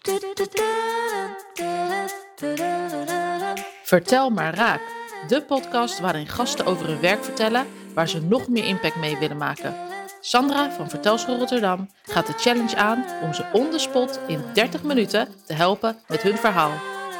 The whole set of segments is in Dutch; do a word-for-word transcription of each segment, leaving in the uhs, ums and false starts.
Vertel maar raak. De podcast waarin gasten over hun werk vertellen waar ze nog meer impact mee willen maken. Sandra van Vertelschool Rotterdam gaat de challenge aan om ze on the spot in dertig minuten te helpen met hun verhaal.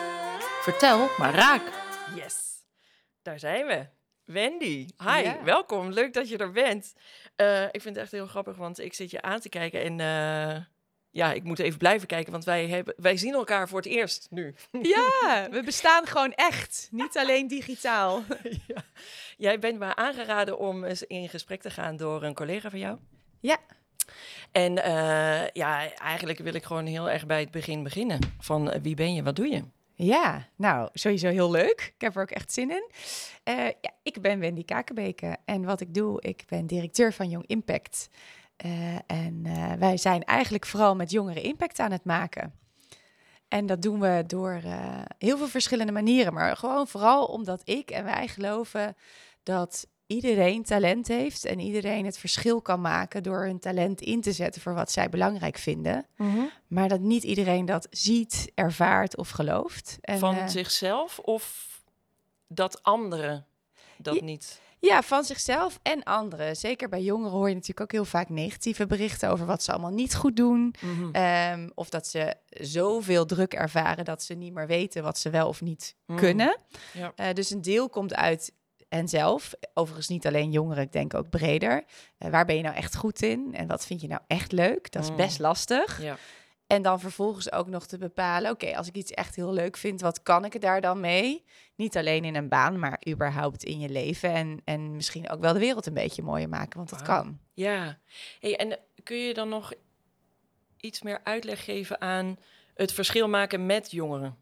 Vertel maar raak. Yes, daar zijn we. Wendy, hi, Ja. welkom. Leuk dat je er bent. Uh, ik vind het echt heel grappig, want ik zit je aan te kijken en uh, ja, ik moet even blijven kijken, want wij, hebben, wij zien elkaar voor het eerst nu. Ja, we bestaan gewoon echt, niet alleen digitaal. Ja. Jij bent me aangeraden om eens in gesprek te gaan door een collega van jou. Ja. En uh, ja, eigenlijk wil ik gewoon heel erg bij het begin beginnen. Van uh, wie ben je, wat doe je? Ja, nou, sowieso heel leuk. Ik heb er ook echt zin in. Uh, ja, ik ben Wendy Kakenbeke en wat ik doe, ik ben directeur van Young Impact. Uh, en uh, wij zijn eigenlijk vooral met jongeren impact aan het maken. En dat doen we door uh, heel veel verschillende manieren, maar gewoon vooral omdat ik en wij geloven dat iedereen talent heeft en iedereen het verschil kan maken door hun talent in te zetten voor wat zij belangrijk vinden. Mm-hmm. Maar dat niet iedereen dat ziet, ervaart of gelooft. En, van uh, zichzelf of dat anderen dat ja, niet... Ja, van zichzelf en anderen. Zeker bij jongeren hoor je natuurlijk ook heel vaak negatieve berichten over wat ze allemaal niet goed doen. Mm-hmm. Um, of dat ze zoveel druk ervaren dat ze niet meer weten wat ze wel of niet mm. kunnen. Ja. Uh, dus een deel komt uit henzelf. Overigens niet alleen jongeren, ik denk ook breder. Uh, waar ben je nou echt goed in? En wat vind je nou echt leuk? Dat is mm. best lastig. Ja. En dan vervolgens ook nog te bepalen, oké, okay, als ik iets echt heel leuk vind, wat kan ik er daar dan mee? Niet alleen in een baan, maar überhaupt in je leven. En, en misschien ook wel de wereld een beetje mooier maken, want dat wow. kan. Ja, hey, en kun je dan nog iets meer uitleg geven aan het verschil maken met jongeren?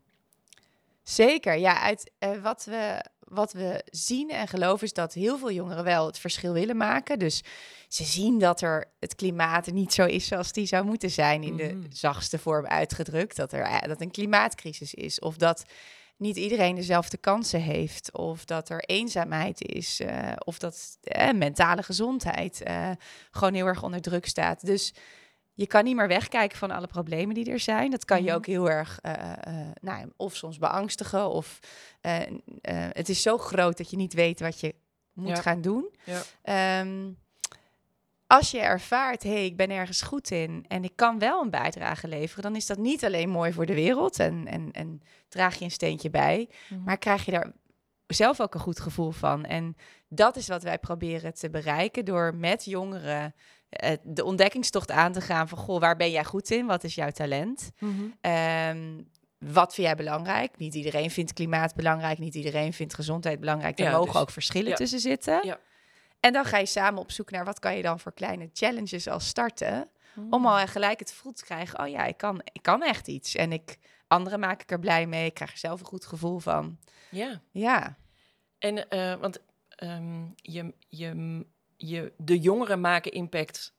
Zeker, ja. Uit uh, wat we... Wat we zien en geloven is dat heel veel jongeren wel het verschil willen maken. Dus ze zien dat er het klimaat er niet zo is zoals die zou moeten zijn, in de mm. zachtste vorm uitgedrukt. Dat er dat een klimaatcrisis is, of dat niet iedereen dezelfde kansen heeft, of dat er eenzaamheid is, uh, of dat uh, mentale gezondheid uh, gewoon heel erg onder druk staat. Dus je kan niet meer wegkijken van alle problemen die er zijn. Dat kan je mm-hmm. ook heel erg, uh, uh, nou, of soms beangstigen. Of uh, uh, het is zo groot dat je niet weet wat je moet ja. gaan doen. Ja. Um, als je ervaart, hé, hey, ik ben ergens goed in en ik kan wel een bijdrage leveren, dan is dat niet alleen mooi voor de wereld en, en, en draag je een steentje bij, mm-hmm. maar krijg je daar zelf ook een goed gevoel van. En dat is wat wij proberen te bereiken door met jongeren de ontdekkingstocht aan te gaan van, goh, waar ben jij goed in? Wat is jouw talent? Mm-hmm. Um, wat vind jij belangrijk? Niet iedereen vindt klimaat belangrijk, niet iedereen vindt gezondheid belangrijk. Er ja, mogen dus, ook verschillen ja. tussen zitten. Ja. En dan ga je samen op zoek naar wat kan je dan voor kleine challenges al starten, mm. om al gelijk het gevoel te krijgen, oh ja, ik kan, ik kan echt iets. En ik, anderen maak ik er blij mee, ik krijg er zelf een goed gevoel van. Ja. Ja. En, uh, want um, je... je Je, de jongeren maken impact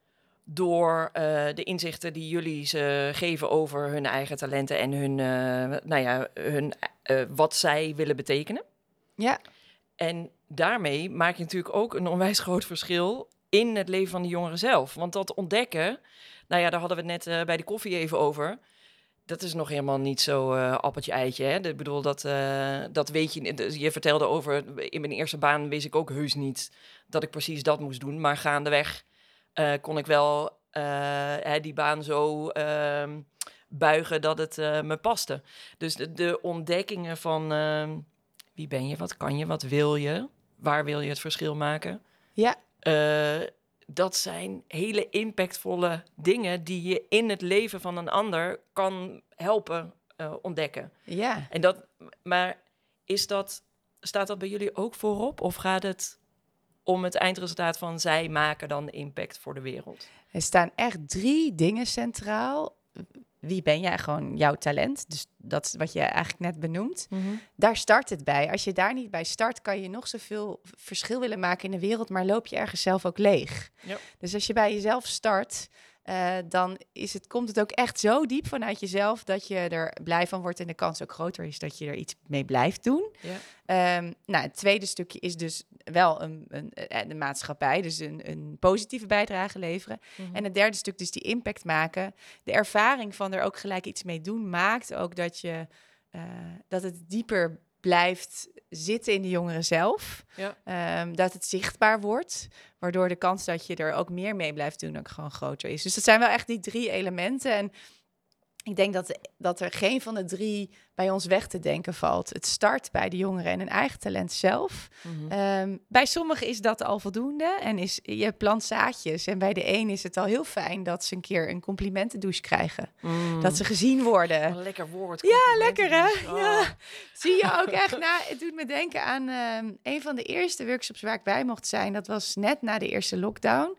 door uh, de inzichten die jullie ze geven over hun eigen talenten en hun, uh, nou ja, hun, uh, wat zij willen betekenen. Ja. En daarmee maak je natuurlijk ook een onwijs groot verschil in het leven van de jongeren zelf. Want dat ontdekken, nou ja, daar hadden we het net uh, bij de koffie even over. Dat is nog helemaal niet zo uh, appeltje-eitje. Hè? Ik bedoel, dat, uh, dat weet je. Je vertelde over, in mijn eerste baan wist ik ook heus niet dat ik precies dat moest doen. Maar gaandeweg uh, kon ik wel uh, hè, die baan zo uh, buigen dat het uh, me paste. Dus de, de ontdekkingen van uh, wie ben je, wat kan je, wat wil je, waar wil je het verschil maken? Ja. Uh, dat zijn hele impactvolle dingen die je in het leven van een ander kan helpen uh, ontdekken. Ja. En dat, maar is dat, staat dat bij jullie ook voorop? Of gaat het om het eindresultaat van zij maken dan impact voor de wereld? Er staan echt drie dingen centraal. Wie ben jij? Gewoon jouw talent. Dus dat is wat je eigenlijk net benoemt. Mm-hmm. Daar start het bij. Als je daar niet bij start, kan je nog zoveel verschil willen maken in de wereld, maar loop je ergens zelf ook leeg. Yep. Dus als je bij jezelf start, uh, dan is het, komt het ook echt zo diep vanuit jezelf dat je er blij van wordt en de kans ook groter is dat je er iets mee blijft doen. Yeah. Um, nou, het tweede stukje is dus wel een, een, een, de maatschappij, dus een, een positieve bijdrage leveren. Mm-hmm. En het derde stuk, dus die impact maken. De ervaring van er ook gelijk iets mee doen, maakt ook dat je uh, dat het dieper blijft zitten in de jongeren zelf. Ja. Um, dat het zichtbaar wordt, waardoor de kans dat je er ook meer mee blijft doen ook gewoon groter is. Dus dat zijn wel echt die drie elementen. En ik denk dat, dat er geen van de drie bij ons weg te denken valt. Het start bij de jongeren en hun eigen talent zelf. Mm-hmm. Um, bij sommigen is dat al voldoende en is je plant zaadjes. En bij de een is het al heel fijn dat ze een keer een complimentendouche krijgen. Mm. Dat ze gezien worden. Een lekker woord. Ja, lekker hè? Oh. Ja. Zie je ook echt. Nou, het doet me denken aan um, een van de eerste workshops waar ik bij mocht zijn. Dat was net na de eerste lockdown.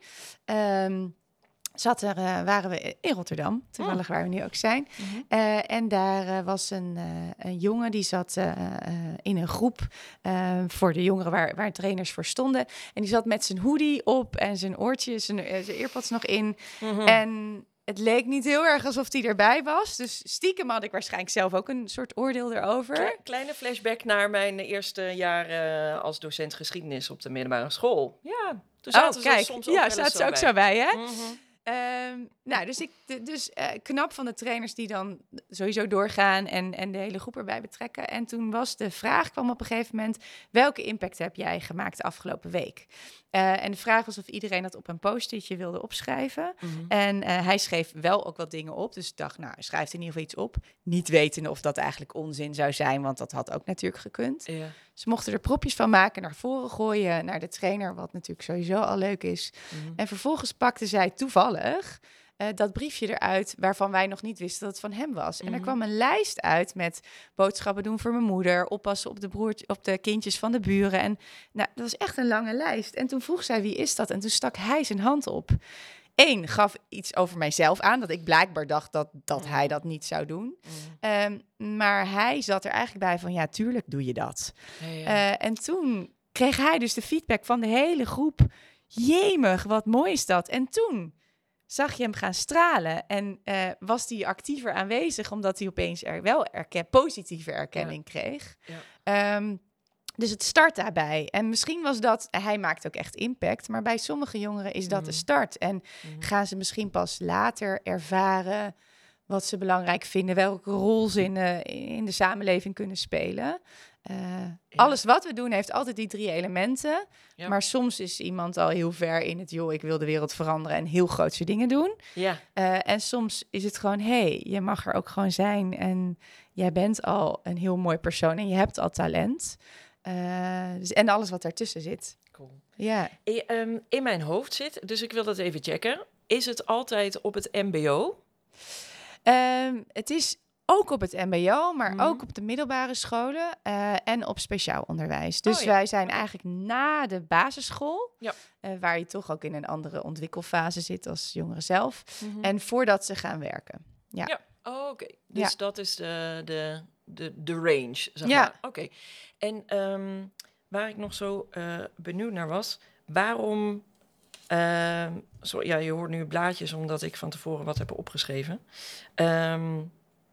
Um, Zat er, uh, waren we in Rotterdam, toevallig oh. waar we nu ook zijn. Mm-hmm. Uh, en daar uh, was een, uh, een jongen die zat uh, uh, in een groep uh, voor de jongeren waar, waar trainers voor stonden. En die zat met zijn hoodie op en zijn oortjes, zijn, uh, zijn earpods nog in. Mm-hmm. En het leek niet heel erg alsof hij erbij was. Dus stiekem had ik waarschijnlijk zelf ook een soort oordeel erover. Kle- kleine flashback naar mijn eerste jaar uh, als docent geschiedenis op de middelbare school. Ja, toen zaten oh, kijk. ze soms ook ja, zaten ze ook zo bij, hè? Mm-hmm. Um, nou, dus, ik, dus uh, knap van de trainers die dan sowieso doorgaan en, en de hele groep erbij betrekken. En toen was de vraag, kwam op een gegeven moment, welke impact heb jij gemaakt de afgelopen week? Uh, en de vraag was of iedereen dat op een post-itje wilde opschrijven. Mm-hmm. En uh, hij schreef wel ook wat dingen op. Dus ik dacht, nou, hij schrijft in ieder geval iets op. Niet wetende of dat eigenlijk onzin zou zijn, want dat had ook natuurlijk gekund. Ja. Ze mochten er propjes van maken, naar voren gooien, naar de trainer, wat natuurlijk sowieso al leuk is. Mm-hmm. En vervolgens pakte zij toevallig uh, dat briefje eruit waarvan wij nog niet wisten dat het van hem was. Mm-hmm. En er kwam een lijst uit met boodschappen doen voor mijn moeder, oppassen op de broertje, op de kindjes van de buren. En nou, dat was echt een lange lijst. En toen vroeg zij, wie is dat? En toen stak hij zijn hand op. Eén, gaf iets over mijzelf aan, dat ik blijkbaar dacht dat, dat mm. hij dat niet zou doen. Mm. Um, maar hij zat er eigenlijk bij van, ja, tuurlijk doe je dat. Ja, ja. Uh, en toen kreeg hij dus de feedback van de hele groep. Jemig, wat mooi is dat. En toen zag je hem gaan stralen en uh, was hij actiever aanwezig, omdat hij opeens er wel erken, positieve erkenning ja. kreeg. Ja. Um, Dus het start daarbij. En misschien was dat, hij maakt ook echt impact, maar bij sommige jongeren is dat mm. de start. En mm. gaan ze misschien pas later ervaren wat ze belangrijk vinden, welke rol ze in de, in de samenleving kunnen spelen. Uh, ja. Alles wat we doen heeft altijd die drie elementen. Ja. Maar soms is iemand al heel ver in het, joh, ik wil de wereld veranderen en heel grootse dingen doen. Ja. Uh, en soms is het gewoon, hé, hey, je mag er ook gewoon zijn. En jij bent al een heel mooi persoon en je hebt al talent. Uh, dus, en alles wat daartussen zit. Cool. Ja. E, um, in mijn hoofd zit, dus ik wil dat even checken. Is het altijd op het mbo? Um, het is ook op het mbo, maar mm. ook op de middelbare scholen uh, en op speciaal onderwijs. Dus oh, ja. wij zijn eigenlijk na de basisschool, ja. uh, waar je toch ook in een andere ontwikkelfase zit als jongeren zelf. Mm-hmm. En voordat ze gaan werken. Ja, ja. Oh, oké. Okay. Dus ja. dat is de, de, de, de range, zeg ja. maar. Oké. Okay. En um, waar ik nog zo uh, benieuwd naar was, waarom... Uh, zo, ja, je hoort nu blaadjes, omdat ik van tevoren wat heb opgeschreven. Um,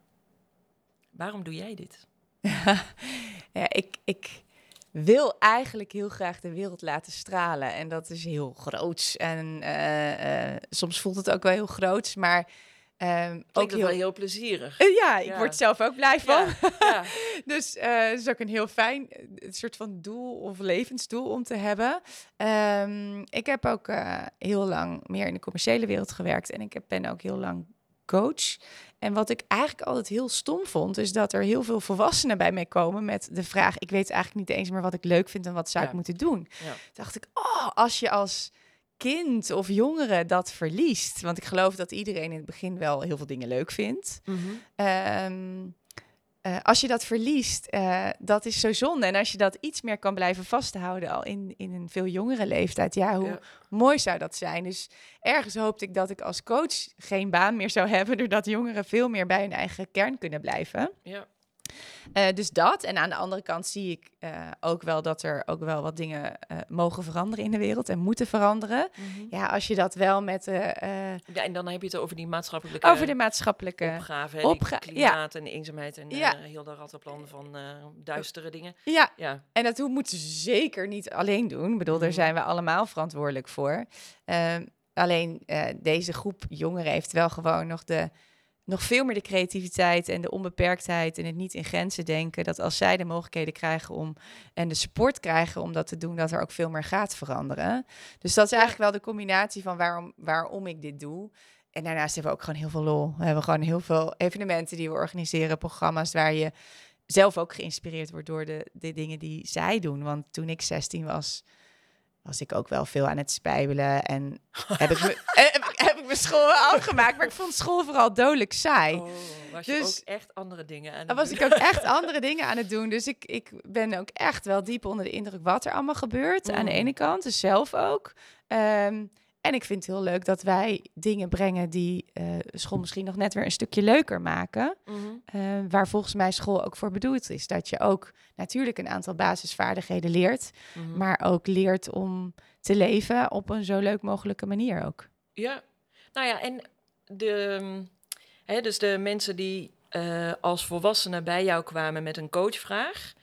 waarom doe jij dit? ja, ik, ik wil eigenlijk heel graag de wereld laten stralen. En dat is heel groots. En uh, uh, soms voelt het ook wel heel groots, maar... Um, ook heel, wel heel plezierig. Uh, ja, ik ja. word zelf ook blij van. Ja, ja. dus uh, het is ook een heel fijn uh, soort van doel of levensdoel om te hebben. Um, ik heb ook uh, heel lang meer in de commerciële wereld gewerkt. En ik heb, ben ook heel lang coach. En wat ik eigenlijk altijd heel stom vond, is dat er heel veel volwassenen bij mij komen met de vraag, ik weet eigenlijk niet eens meer wat ik leuk vind en wat zou ja. ik moeten doen. Ja. Toen dacht ik, oh, als je als kind of jongere dat verliest. Want ik geloof dat iedereen in het begin wel heel veel dingen leuk vindt. Mm-hmm. Um, uh, als je dat verliest, uh, dat is zo zonde. En als je dat iets meer kan blijven vasthouden al in, in een veel jongere leeftijd, ja, hoe ja. mooi zou dat zijn? Dus ergens hoopte ik dat ik als coach geen baan meer zou hebben, doordat jongeren veel meer bij hun eigen kern kunnen blijven. Ja. Uh, dus dat. En aan de andere kant zie ik uh, ook wel dat er ook wel wat dingen uh, mogen veranderen in de wereld en moeten veranderen. Mm-hmm. Ja, als je dat wel met... Uh, uh, ja, en dan heb je het over die maatschappelijke... Over de maatschappelijke... Opgave, hè, opga- klimaat ja. en eenzaamheid en ja. uh, heel dat rattenplan van uh, duistere dingen. Ja. ja, en dat moeten ze zeker niet alleen doen. Ik bedoel, mm-hmm. daar zijn we allemaal verantwoordelijk voor. Uh, alleen uh, deze groep jongeren heeft wel gewoon nog de... nog veel meer de creativiteit en de onbeperktheid en het niet in grenzen denken, dat als zij de mogelijkheden krijgen om en de support krijgen om dat te doen, dat er ook veel meer gaat veranderen. Dus dat is eigenlijk wel de combinatie van waarom, waarom ik dit doe. En daarnaast hebben we ook gewoon heel veel lol. We hebben gewoon heel veel evenementen die we organiseren, programma's waar je zelf ook geïnspireerd wordt door de, de dingen die zij doen. Want toen ik zestien was... was ik ook wel veel aan het spijbelen en heb ik, me, heb, heb ik mijn school afgemaakt. Maar ik vond school vooral dodelijk saai. Oh, was je dus, ook echt andere dingen aan het doen? Was ik ook echt andere dingen aan het doen. Dus ik, ik ben ook echt wel diep onder de indruk wat er allemaal gebeurt. Mm. Aan de ene kant, dus zelf ook. Um, en ik vind het heel leuk dat wij dingen brengen die uh, school misschien nog net weer een stukje leuker maken. Mm-hmm. Uh, waar volgens mij school ook voor bedoeld is. Dat je ook natuurlijk een aantal basisvaardigheden leert. Mm-hmm. Maar ook leert om te leven op een zo leuk mogelijke manier ook. Ja, nou ja, en de, hè, dus de mensen die uh, als volwassenen bij jou kwamen met een coachvraag.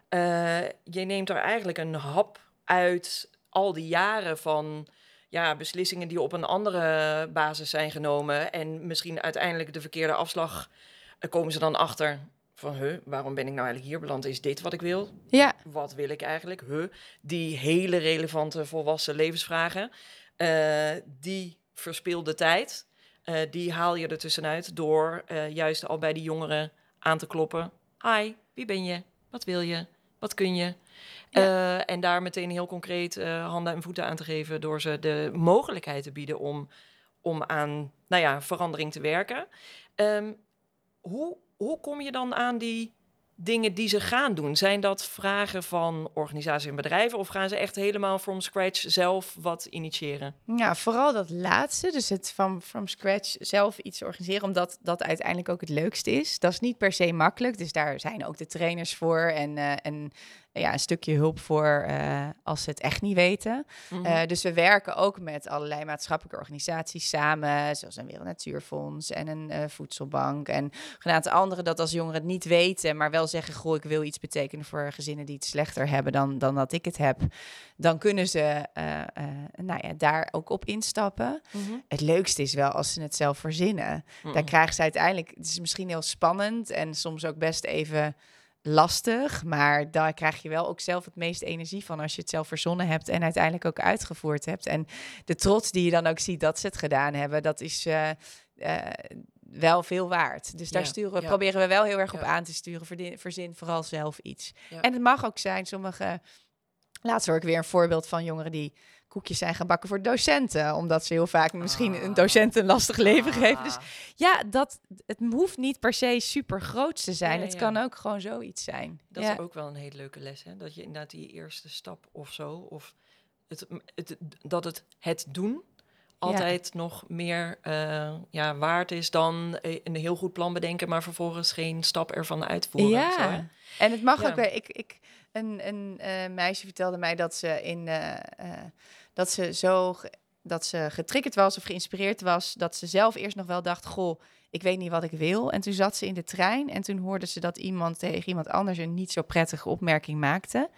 Uh, je neemt er eigenlijk een hap uit al die jaren van... ja, beslissingen die op een andere basis zijn genomen en misschien uiteindelijk de verkeerde afslag, uh, komen ze dan achter van, huh, waarom ben ik nou eigenlijk hier beland? Is dit wat ik wil? Ja. Wat wil ik eigenlijk? Huh, die hele relevante volwassen levensvragen, uh, die verspilde tijd, uh, die haal je er tussenuit door uh, juist al bij die jongeren aan te kloppen. Hi, wie ben je? Wat wil je? Wat kun je? Ja. Uh, en daar meteen heel concreet uh, handen en voeten aan te geven door ze de mogelijkheid te bieden om, om aan nou ja, verandering te werken. Um, hoe, hoe kom je dan aan die dingen die ze gaan doen? Zijn dat vragen van organisaties en bedrijven of gaan ze echt helemaal from scratch zelf wat initiëren? Ja, vooral dat laatste, dus het van from scratch zelf iets organiseren, omdat dat uiteindelijk ook het leukste is. Dat is niet per se makkelijk, dus daar zijn ook de trainers voor en, uh, en ja, een stukje hulp voor uh, als ze het echt niet weten. Mm-hmm. Uh, dus we werken ook met allerlei maatschappelijke organisaties samen, zoals een Wereld Natuurfonds en een uh, voedselbank en een aantal andere, dat als jongeren het niet weten, maar wel zeggen, goh, ik wil iets betekenen voor gezinnen die het slechter hebben dan, dan dat ik het heb, dan kunnen ze uh, uh, nou ja, daar ook op instappen. Mm-hmm. Het leukste is wel als ze het zelf verzinnen. Mm-hmm. Daar krijgen ze uiteindelijk, het is misschien heel spannend en soms ook best even lastig, maar daar krijg je wel ook zelf het meeste energie van als je het zelf verzonnen hebt en uiteindelijk ook uitgevoerd hebt. En de trots die je dan ook ziet dat ze het gedaan hebben, dat is uh, uh, wel veel waard. Dus daar ja, sturen we, ja. proberen we wel heel erg op ja. aan te sturen. Verdien, verzin vooral zelf iets. Ja. En het mag ook zijn, sommige... Laatst hoor ik weer een voorbeeld van jongeren die koekjes zijn gaan bakken voor docenten, omdat ze heel vaak misschien ah. een docent een lastig leven ah. geven. Dus ja, dat, het hoeft niet per se super groot te zijn. Ja, het ja. kan ook gewoon zoiets zijn. Dat ja. is ook wel een hele leuke les, hè? Dat je inderdaad die eerste stap of zo, of het, het, dat het het doen altijd ja. nog meer uh, ja, waard is dan een heel goed plan bedenken, maar vervolgens geen stap ervan uitvoeren. Ja, zo, hè? En het mag ja. ook weer. Ik, ik, een een uh, meisje vertelde mij dat ze in uh, uh, dat ze zo ge, dat ze getriggerd was of geïnspireerd was, dat ze zelf eerst nog wel dacht, goh, ik weet niet wat ik wil. En toen zat ze in de trein en toen hoorde ze dat iemand tegen iemand anders een niet zo prettige opmerking maakte.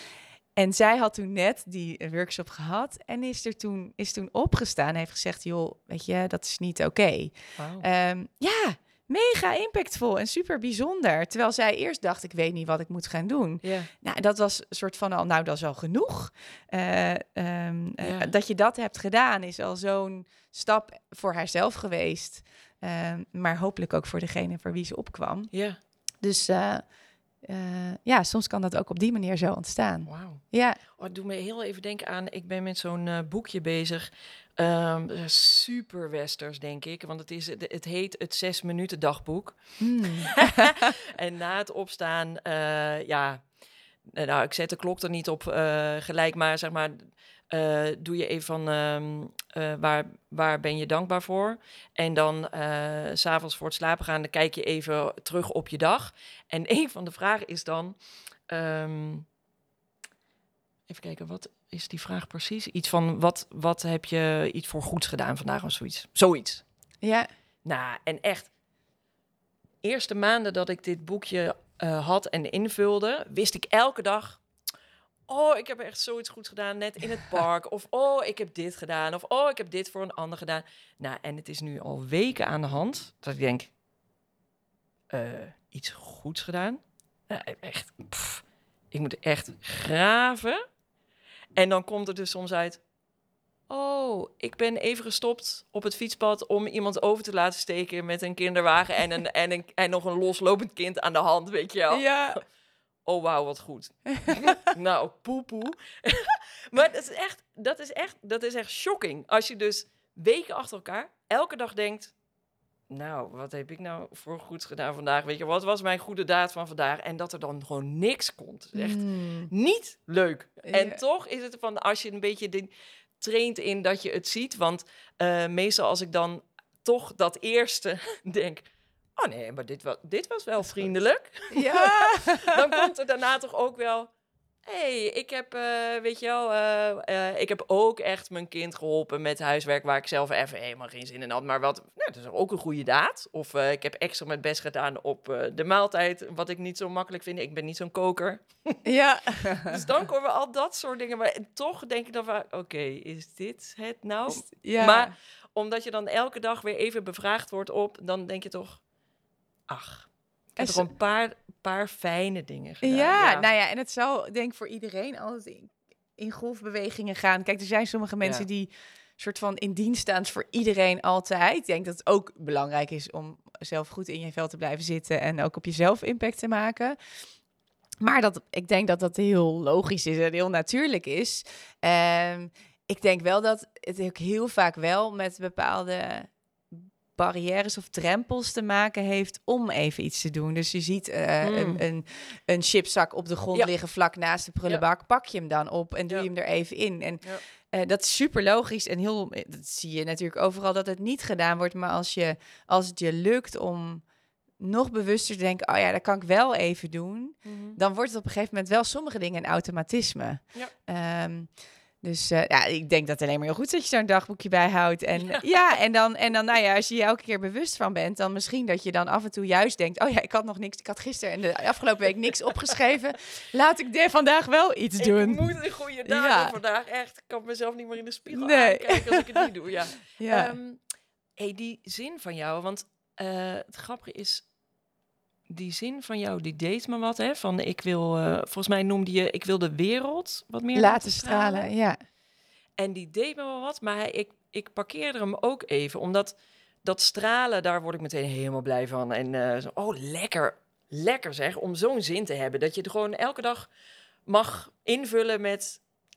En zij had toen net die workshop gehad en is er toen, is toen opgestaan en heeft gezegd, joh, weet je, dat is niet oké. Okay. Wow. Um, ja, mega impactvol en super bijzonder. Terwijl zij eerst dacht, ik weet niet wat ik moet gaan doen. Yeah. Nou, dat was een soort van al, nou, dat is al genoeg. Uh, um, yeah. uh, dat je dat hebt gedaan is al zo'n stap voor haarzelf geweest. Uh, maar hopelijk ook voor degene voor wie ze opkwam. Yeah. Dus... Uh, Uh, ja, soms kan dat ook op die manier zo ontstaan. Wauw. Ja. Oh, het doet me heel even denken aan, ik ben met zo'n uh, boekje bezig. Um, super westers, denk ik. Want het, is, het heet het zes minuten dagboek. Mm. En na het opstaan, uh, ja... Nou, ik zet de klok er niet op uh, gelijk, maar zeg maar... uh, doe je even van um, uh, waar, waar ben je dankbaar voor? En dan uh, 's avonds voor het slapen gaan, dan kijk je even terug op je dag. En een van de vragen is dan... Um, even kijken, wat is die vraag precies? Iets van, wat, wat heb je iets voor goeds gedaan vandaag of zoiets? Zoiets. Ja. Nou, en echt... Eerste maanden dat ik dit boekje uh, had en invulde, wist ik elke dag... Oh, ik heb echt zoiets goeds gedaan, net in het park. Of, oh, ik heb dit gedaan. Of, oh, ik heb dit voor een ander gedaan. Nou, en het is nu al weken aan de hand dat ik denk... Uh, iets goeds gedaan? Uh, echt, pff, ik moet echt graven. En dan komt er dus soms uit... Oh, ik ben even gestopt op het fietspad om iemand over te laten steken met een kinderwagen en, een, en, een, en nog een loslopend kind aan de hand, weet je wel. Ja. Oh, wauw, wat goed. Nou, poepoe. Maar dat is echt, dat is echt, dat is echt shocking. Als je dus weken achter elkaar elke dag denkt... Nou, wat heb ik nou voor goeds gedaan vandaag? Weet je, wat was mijn goede daad van vandaag? En dat er dan gewoon niks komt. Echt mm. niet leuk. Ja. En toch is het van, als je een beetje... De, traint in dat je het ziet. Want uh, meestal als ik dan toch dat eerste denk... Oh nee, maar dit was, dit was wel vriendelijk. Ja. Dan komt er daarna toch ook wel... hey, ik heb, uh, weet je wel... Uh, uh, ik heb ook echt mijn kind geholpen met huiswerk... waar ik zelf even helemaal geen zin in had. Maar wat, nou, dat is ook een goede daad. Of uh, ik heb extra mijn best gedaan op uh, de maaltijd... wat ik niet zo makkelijk vind. Ik ben niet zo'n koker. Ja. Dus dan komen al dat soort dingen. Maar toch denk ik dan van... Oké, okay, is dit het nou? Ja. Maar omdat je dan elke dag weer even bevraagd wordt op... dan denk je toch... Ach, ik heb er een paar, paar fijne dingen gedaan. Ja, ja, nou ja, en het zal denk ik voor iedereen altijd in, in golfbewegingen gaan. Kijk, er zijn sommige mensen ja. die soort van in dienst staan voor iedereen altijd. Ik denk dat het ook belangrijk is om zelf goed in je vel te blijven zitten... en ook op jezelf impact te maken... Maar dat, ik denk dat dat heel logisch is en heel natuurlijk is. Um, ik denk wel dat het ook heel vaak wel met bepaalde barrières of drempels te maken heeft om even iets te doen. Dus je ziet uh, mm. een, een, een chipzak op de grond ja. liggen vlak naast de prullenbak. Ja. Pak je hem dan op en doe ja. je hem er even in. En ja. uh, dat is super logisch en heel, dat zie je natuurlijk overal dat het niet gedaan wordt. Maar als, je, als het je lukt om... nog bewuster denken, oh ja, dat kan ik wel even doen. Mm-hmm. Dan wordt het op een gegeven moment wel sommige dingen een automatisme. Ja. Um, dus uh, ja, ik denk dat het alleen maar heel goed is dat je zo'n dagboekje bijhoudt. En ja, ja en, dan, en dan, nou ja, als je je elke keer bewust van bent, dan misschien dat je dan af en toe juist denkt, oh ja, ik had nog niks, ik had gisteren en de afgelopen week niks opgeschreven. Laat ik de vandaag wel iets doen. Ik moet een goede dagen ja. vandaag, echt. Ik kan mezelf niet meer in de spiegel nee. aankijken als ik het niet doe. Ja. Ja. Um, hey, die zin van jou, want uh, het grappige is, die zin van jou, die deed me wat, hè? Van ik wil, uh, volgens mij noemde je, ik wil de wereld wat meer laten, laten stralen. stralen. Ja. En die deed me wel wat, maar ik, ik parkeerde hem ook even, omdat dat stralen, daar word ik meteen helemaal blij van. En uh, zo, oh, lekker, lekker zeg, om zo'n zin te hebben, dat je het gewoon elke dag mag invullen met,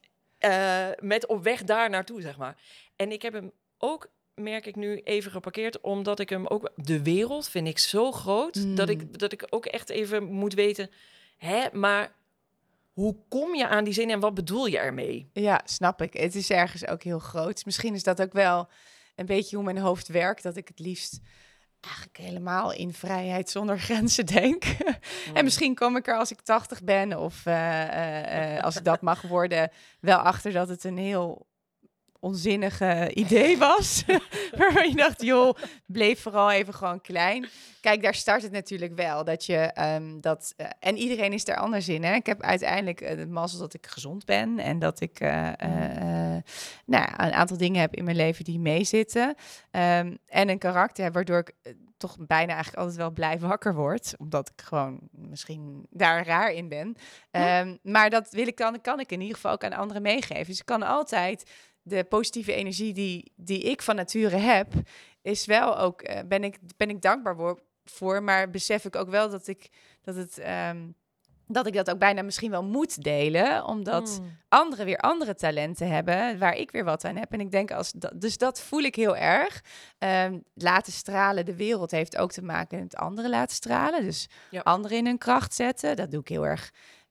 uh, met op weg daar naartoe, zeg maar. En ik heb hem ook, merk ik nu, even geparkeerd, omdat ik hem ook... De wereld vind ik zo groot, mm. dat, ik, dat ik ook echt even moet weten... Hè, maar hoe kom je aan die zin en wat bedoel je ermee? Ja, snap ik. Het is ergens ook heel groot. Misschien is dat ook wel een beetje hoe mijn hoofd werkt, dat ik het liefst eigenlijk helemaal in vrijheid zonder grenzen denk. Mm. En misschien kom ik er als ik tachtig ben, of uh, uh, uh, als ik dat mag worden, wel achter dat het een heel onzinnige idee was. Waarvan je dacht, joh, bleef vooral even gewoon klein. Kijk, daar start het natuurlijk wel. Dat je um, dat... Uh, en iedereen is er anders in, hè. Ik heb uiteindelijk uh, de mazzel dat ik gezond ben. En dat ik uh, uh, uh, nou, een aantal dingen heb in mijn leven die meezitten. Um, en een karakter heb waardoor ik uh, toch bijna eigenlijk altijd wel blij wakker word. Omdat ik gewoon misschien daar raar in ben. Um, maar dat wil ik dan, kan ik in ieder geval ook aan anderen meegeven. Dus ik kan altijd... De positieve energie die, die ik van nature heb, is wel ook, uh, ben, ik, ben ik dankbaar voor, voor, maar besef ik ook wel dat ik dat het um, dat ik dat ook bijna misschien wel moet delen, omdat mm. anderen weer andere talenten hebben waar ik weer wat aan heb. En ik denk als dat, dus dat voel ik heel erg. Um, laten stralen, de wereld heeft ook te maken met anderen laten stralen. Dus ja. anderen in hun kracht zetten. Dat doe ik heel erg.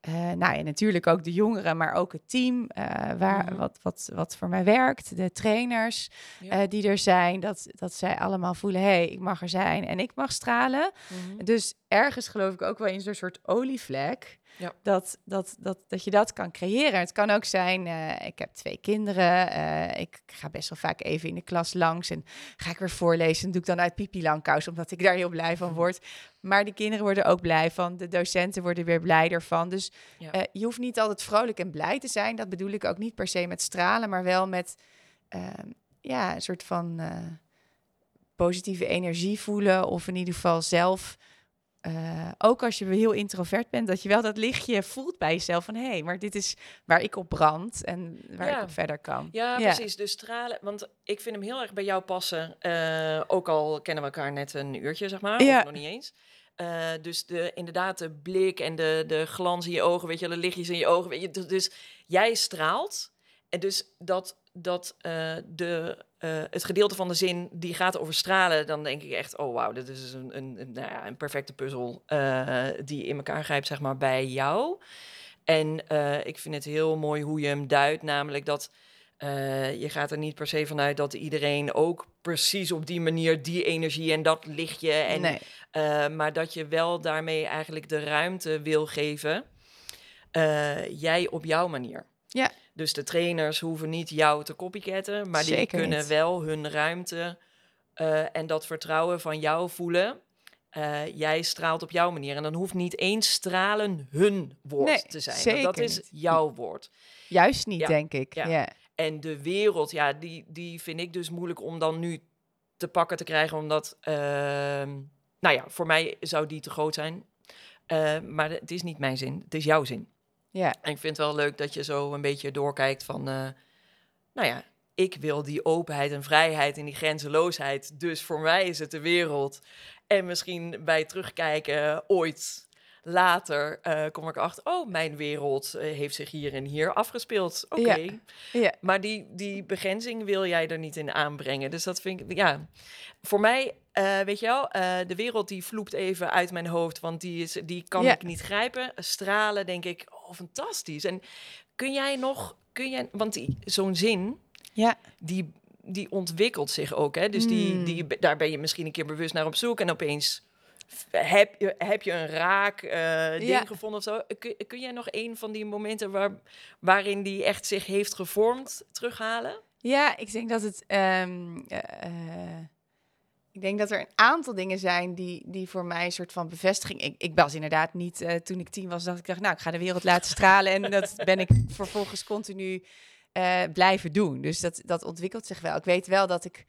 Uh, nou ja, natuurlijk ook de jongeren, maar ook het team uh, waar, mm-hmm. wat, wat, wat voor mij werkt. De trainers ja. uh, die er zijn, dat, dat zij allemaal voelen... hé, hey, ik mag er zijn en ik mag stralen. Mm-hmm. Dus ergens geloof ik ook wel in zo'n soort olievlek... Ja. Dat, dat, dat, dat je dat kan creëren. Het kan ook zijn, uh, ik heb twee kinderen. Uh, ik ga best wel vaak even in de klas langs en ga ik weer voorlezen. Dat doe ik dan uit Pipi Langkous, omdat ik daar heel blij van word. Maar de kinderen worden ook blij van. De docenten worden weer blijer van. Dus ja. uh, je hoeft niet altijd vrolijk en blij te zijn. Dat bedoel ik ook niet per se met stralen, maar wel met uh, ja, een soort van uh, positieve energie voelen. Of in ieder geval zelf... Uh, ook als je heel introvert bent, dat je wel dat lichtje voelt bij jezelf van... hé, hey, maar dit is waar ik op brand en waar ja. ik op verder kan. Ja, ja, precies. Dus stralen, want ik vind hem heel erg bij jou passen. Uh, ook al kennen we elkaar net een uurtje, zeg maar, ja. of nog niet eens. Uh, dus de, inderdaad de blik en de, de glans in je ogen, weet je, de lichtjes in je ogen. Weet je, dus, dus jij straalt en dus dat... dat uh, de, uh, het gedeelte van de zin die gaat over stralen... dan denk ik echt, oh wauw, dit is een, een, een, nou ja, een perfecte puzzel... Uh, die in elkaar grijpt, zeg maar, bij jou. En uh, ik vind het heel mooi hoe je hem duidt, namelijk dat... Uh, je gaat er niet per se vanuit dat iedereen ook precies op die manier... die energie en dat lichtje... En, nee. uh, maar dat je wel daarmee eigenlijk de ruimte wil geven... Uh, jij op jouw manier. Ja. Dus de trainers hoeven niet jou te copycatten, maar Zeker die kunnen niet. wel hun ruimte uh, en dat vertrouwen van jou voelen. Uh, jij straalt op jouw manier. En dan hoeft niet eens stralen hun woord nee, te zijn. Want dat is niet. jouw woord. Juist niet, ja, denk ik. Ja. Ja. En de wereld, ja, die, die vind ik dus moeilijk om dan nu te pakken te krijgen. Omdat, uh, nou ja, voor mij zou die te groot zijn. Uh, maar het is niet mijn zin, het is jouw zin. Ja. En ik vind het wel leuk dat je zo een beetje doorkijkt van... Uh, nou ja, ik wil die openheid en vrijheid en die grenzeloosheid. Dus voor mij is het de wereld. En misschien bij terugkijken ooit later uh, kom ik achter... oh, mijn wereld uh, heeft zich hier en hier afgespeeld. Oké. Okay. Ja. Ja. Maar die, die begrenzing wil jij er niet in aanbrengen. Dus dat vind ik, ja... Voor mij, uh, weet je wel, uh, de wereld die vloept even uit mijn hoofd... want die, is, die kan ja. ik niet grijpen. Stralen, denk ik, oh, fantastisch. En kun jij nog... Kun jij, want die, zo'n zin, ja. die, die ontwikkelt zich ook. Hè? Dus die, die, daar ben je misschien een keer bewust naar op zoek... en opeens heb je, heb je een raak uh, ding ja. gevonden of zo. Kun, kun jij nog een van die momenten... Waar, waarin die echt zich heeft gevormd terughalen? Ja, ik denk dat het... Um, uh, uh... Ik denk dat er een aantal dingen zijn die, die voor mij een soort van bevestiging... Ik, ik was inderdaad niet, uh, toen ik tien was, dacht ik, dacht, nou, ik ga de wereld laten stralen. En dat ben ik vervolgens continu uh, blijven doen. Dus dat, dat ontwikkelt zich wel. Ik weet wel dat ik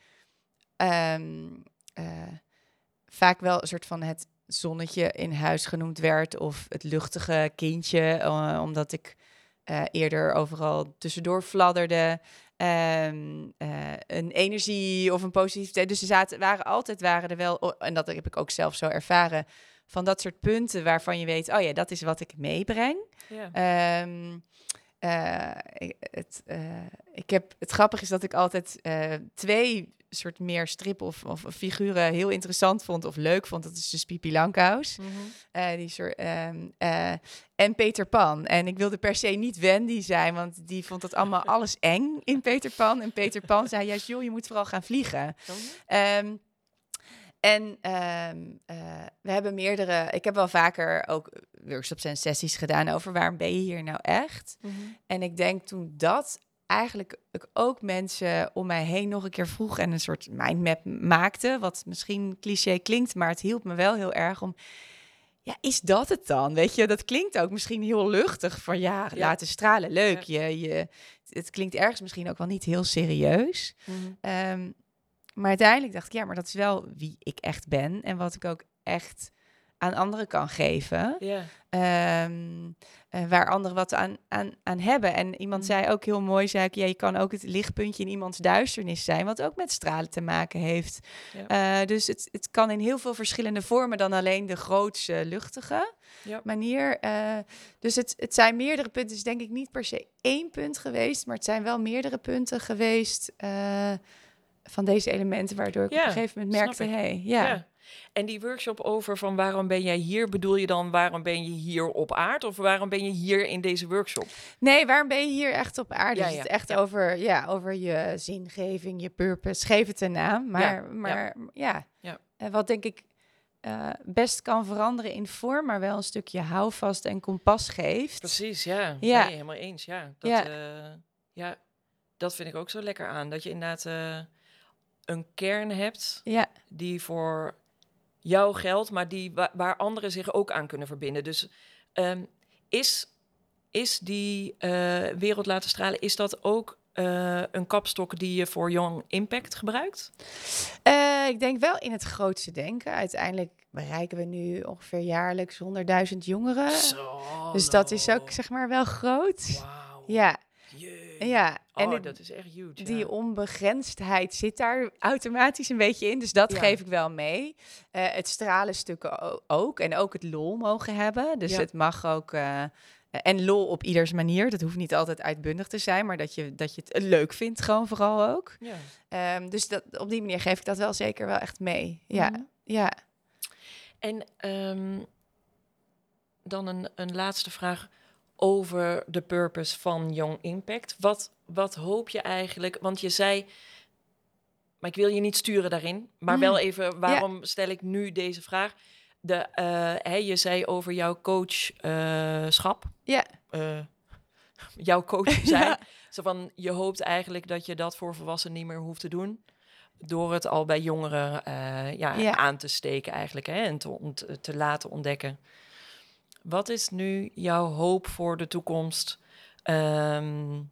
um, uh, vaak wel een soort van het zonnetje in huis genoemd werd... of het luchtige kindje, uh, omdat ik uh, eerder overal tussendoor fladderde... Um, uh, een energie of een positiviteit. Dus er zaten, waren altijd waren er wel, en dat heb ik ook zelf zo ervaren, van dat soort punten waarvan je weet, oh ja, dat is wat ik meebreng. Ja. Um, uh, ik, het, uh, ik heb, het grappige is dat ik altijd uh, twee soort meer strip of, of figuren heel interessant vond of leuk vond. Dat is dus Pipi Langkous. Mm-hmm. Uh, die soort, um, uh, en Peter Pan. En ik wilde per se niet Wendy zijn, want die vond dat allemaal alles eng in Peter Pan. En Peter Pan zei juist, joh, je moet vooral gaan vliegen. Mm-hmm. Um, en um, uh, we hebben meerdere... Ik heb wel vaker ook workshops en sessies gedaan over waarom ben je hier nou echt? Mm-hmm. En ik denk toen dat eigenlijk ik ook mensen om mij heen nog een keer vroeg en een soort mindmap maakte, wat misschien cliché klinkt, maar het hielp me wel heel erg om, ja, is dat het dan? Weet je, dat klinkt ook misschien heel luchtig van ja, ja. laten stralen, leuk. Ja. Je, je, het klinkt ergens misschien ook wel niet heel serieus. Mm-hmm. Um, maar uiteindelijk dacht ik, ja, maar dat is wel wie ik echt ben en wat ik ook echt aan anderen kan geven. Yeah. Um, uh, waar anderen wat aan, aan, aan hebben. En iemand mm. zei ook heel mooi, zei ik, ja, je kan ook het lichtpuntje in iemands duisternis zijn, wat ook met stralen te maken heeft. Yeah. Uh, dus het, het kan in heel veel verschillende vormen dan alleen de grootste, luchtige yep. manier. Uh, dus het, het zijn meerdere punten. Het is denk ik niet per se één punt geweest, maar het zijn wel meerdere punten geweest uh, van deze elementen, waardoor ik yeah. op een gegeven moment merkte, hé, hey, ja. Yeah. En die workshop over van waarom ben jij hier, bedoel je dan waarom ben je hier op aarde of waarom ben je hier in deze workshop? Nee, waarom ben je hier echt op aarde? Ja, Dus ja, het is echt ja. over, ja, over je zingeving, je purpose. Geef het een naam. Maar Ja, ja, maar, ja. Ja. En wat denk ik uh, best kan veranderen in vorm, maar wel een stukje houvast en kompas geeft. Precies, ja. Ja. Nee, helemaal eens, ja. Dat, Ja. uh, ja. Dat vind ik ook zo lekker aan. Dat je inderdaad uh, een kern hebt Ja. die voor jou geldt, maar die, wa- waar anderen zich ook aan kunnen verbinden. Dus um, is, is die uh, wereld laten stralen, is dat ook uh, een kapstok die je voor Young Impact gebruikt? Uh, ik denk wel in het grootste denken. Uiteindelijk bereiken we nu ongeveer jaarlijks honderdduizend jongeren. Zo, dus dat is ook zeg maar wel groot. Wauw. Ja. Jee. Ja, en oh, het, dat is echt huge. Die ja. onbegrensdheid zit daar automatisch een beetje in. Dus dat Ja. geef ik wel mee. Uh, het stralen stukken ook. En ook het lol mogen hebben. Dus Ja. het mag ook... Uh, en lol op ieders manier. Dat hoeft niet altijd uitbundig te zijn. Maar dat je, dat je het leuk vindt gewoon vooral ook. Ja. Um, dus dat, op die manier geef ik dat wel zeker wel echt mee. Ja, Mm-hmm. ja. En um, dan een, een laatste vraag over de purpose van Young Impact. Wat, wat hoop je eigenlijk? Want je zei, maar ik wil je niet sturen daarin, maar Mm. wel even, waarom ja. stel ik nu deze vraag? De, uh, hè, je zei over jouw coachschap. Uh, ja. Uh, jouw coach zijn. ja. Zo van, je hoopt eigenlijk dat je dat voor volwassenen niet meer hoeft te doen. Door het al bij jongeren uh, ja, ja. aan te steken eigenlijk. Hè, en te, ont, te laten ontdekken. Wat is nu jouw hoop voor de toekomst? Um,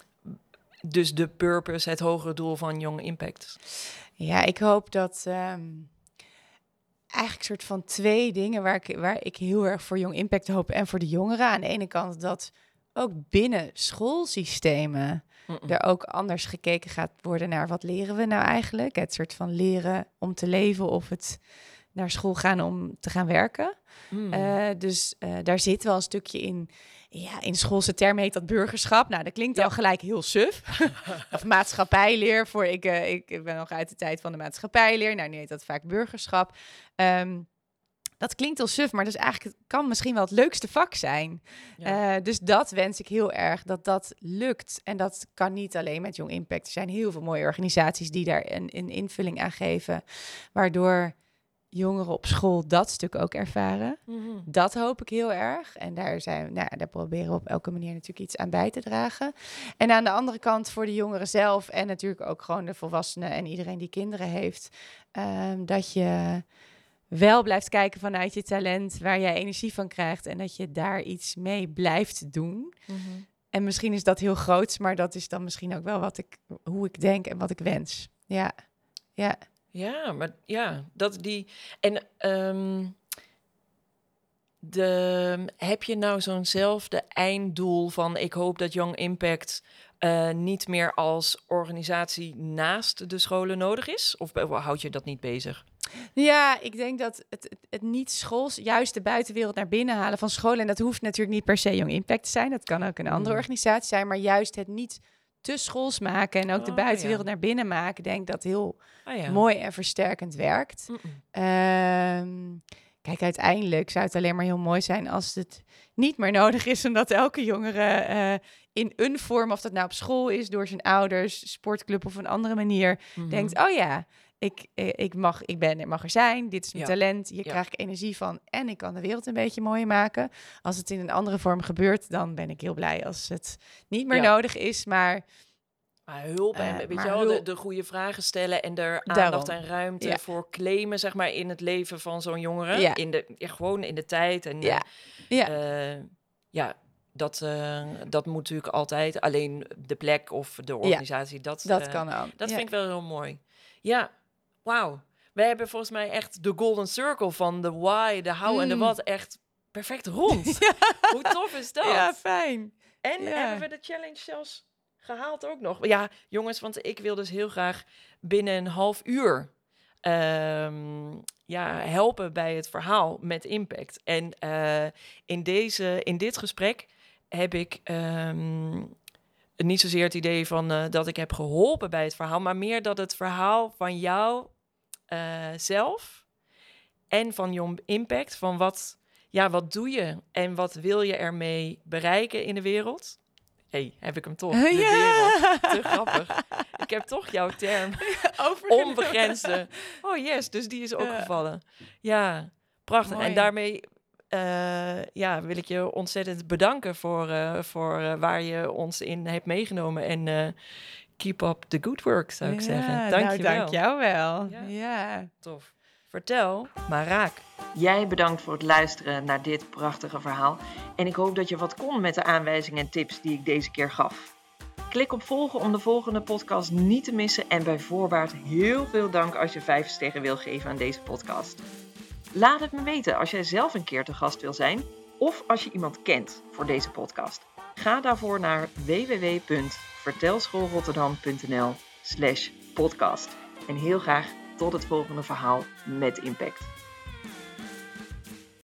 dus de purpose, het hogere doel van Young Impact. Ja, ik hoop dat... Um, eigenlijk een soort van twee dingen waar ik, waar ik heel erg voor Young Impact hoop en voor de jongeren. Aan de ene kant dat ook binnen schoolsystemen Mm-mm. er ook anders gekeken gaat worden naar wat leren we nou eigenlijk. Het soort van leren om te leven of het naar school gaan om te gaan werken. Mm. Uh, dus uh, daar zit wel een stukje in. Ja, in schoolse termen heet dat burgerschap. Nou, dat klinkt ja. al gelijk heel suf. Of maatschappijleer. Voor ik, uh, ik ben nog uit de tijd van de maatschappijleer. Nou, nu heet dat vaak burgerschap. Um, dat klinkt heel suf, maar dat is eigenlijk, kan misschien wel het leukste vak zijn. Ja. Uh, dus dat wens ik heel erg, dat dat lukt. En dat kan niet alleen met Young Impact. Er zijn heel veel mooie organisaties die daar een, een invulling aan geven. Waardoor jongeren op school dat stuk ook ervaren. Mm-hmm. Dat hoop ik heel erg. En daar, zijn, nou, daar proberen we op elke manier natuurlijk iets aan bij te dragen. En aan de andere kant voor de jongeren zelf... en natuurlijk ook gewoon de volwassenen en iedereen die kinderen heeft... Um, dat je wel blijft kijken vanuit je talent... waar jij energie van krijgt... en dat je daar iets mee blijft doen. Mm-hmm. En misschien is dat heel groots... maar dat is dan misschien ook wel wat ik, hoe ik denk en wat ik wens. Ja, ja. Ja, maar ja, dat die... En um, de, heb je nou zo'nzelfde einddoel van... ik hoop dat Young Impact uh, niet meer als organisatie naast de scholen nodig is? Of houd je dat niet bezig? Ja, ik denk dat het, het, het niet schools... juist de buitenwereld naar binnen halen van scholen... en dat hoeft natuurlijk niet per se Young Impact te zijn. Dat kan ook een andere mm. organisatie zijn. Maar juist het niet... te schools maken en ook oh, de buitenwereld ja. naar binnen maken, denk dat heel oh, ja. mooi en versterkend werkt. Um, kijk, uiteindelijk zou het alleen maar heel mooi zijn als het niet meer nodig is, omdat elke jongere uh, in een vorm, of dat nou op school is, door zijn ouders, sportclub of een andere manier, mm-hmm. denkt, oh ja, ik, ik, mag, ik ben, ik mag er zijn, dit is mijn ja. talent, hier ja. krijg ik energie van en ik kan de wereld een beetje mooier maken. Als het in een andere vorm gebeurt, dan ben ik heel blij als het niet meer ja. nodig is, maar... Maar hulp en uh, weet je wel, de, de goede vragen stellen en er aandacht Daarom. en ruimte ja. voor claimen, zeg maar, in het leven van zo'n jongere. Ja. In de, ja, gewoon in de tijd. En ja, uh, ja. Uh, ja dat, uh, dat moet natuurlijk altijd. Alleen de plek of de organisatie, ja. dat, dat uh, kan ook. Dat ja. vind ik wel heel mooi. Ja, wauw. We hebben volgens mij echt de golden circle van de why, de how mm. en de what echt perfect rond. ja. Hoe tof is dat? Ja, fijn. En ja. hebben we de challenge zelfs gehaald ook nog. Ja, jongens, want ik wil dus heel graag binnen een half uur um, ja, helpen bij het verhaal met impact. En uh, in, deze, in dit gesprek heb ik um, niet zozeer het idee van uh, dat ik heb geholpen bij het verhaal, maar meer dat het verhaal van jou uh, zelf en van Young Impact. Van wat, ja, wat doe je en wat wil je ermee bereiken in de wereld? Hé, hey, heb ik hem toch? De Ja. wereld. Te grappig. Ik heb toch jouw term. Overgenomen. Onbegrensde. Oh yes, dus die is ook Ja. gevallen. Ja, prachtig. Mooi. En daarmee uh, ja, wil ik je ontzettend bedanken voor, uh, voor uh, waar je ons in hebt meegenomen. En uh, keep up the good work, zou ik ja, zeggen. Dank nou, je wel. dank jou wel. Ja. Ja. Tof. Vertel, maar raak. Jij bedankt voor het luisteren naar dit prachtige verhaal. En ik hoop dat je wat kon met de aanwijzingen en tips die ik deze keer gaf. Klik op volgen om de volgende podcast niet te missen. En bij voorbaat heel veel dank als je vijf sterren wil geven aan deze podcast. Laat het me weten als jij zelf een keer te gast wil zijn. Of als je iemand kent voor deze podcast. Ga daarvoor naar w w w punt vertelschoolrotterdam punt n l slash podcast. En heel graag tot het volgende verhaal met impact.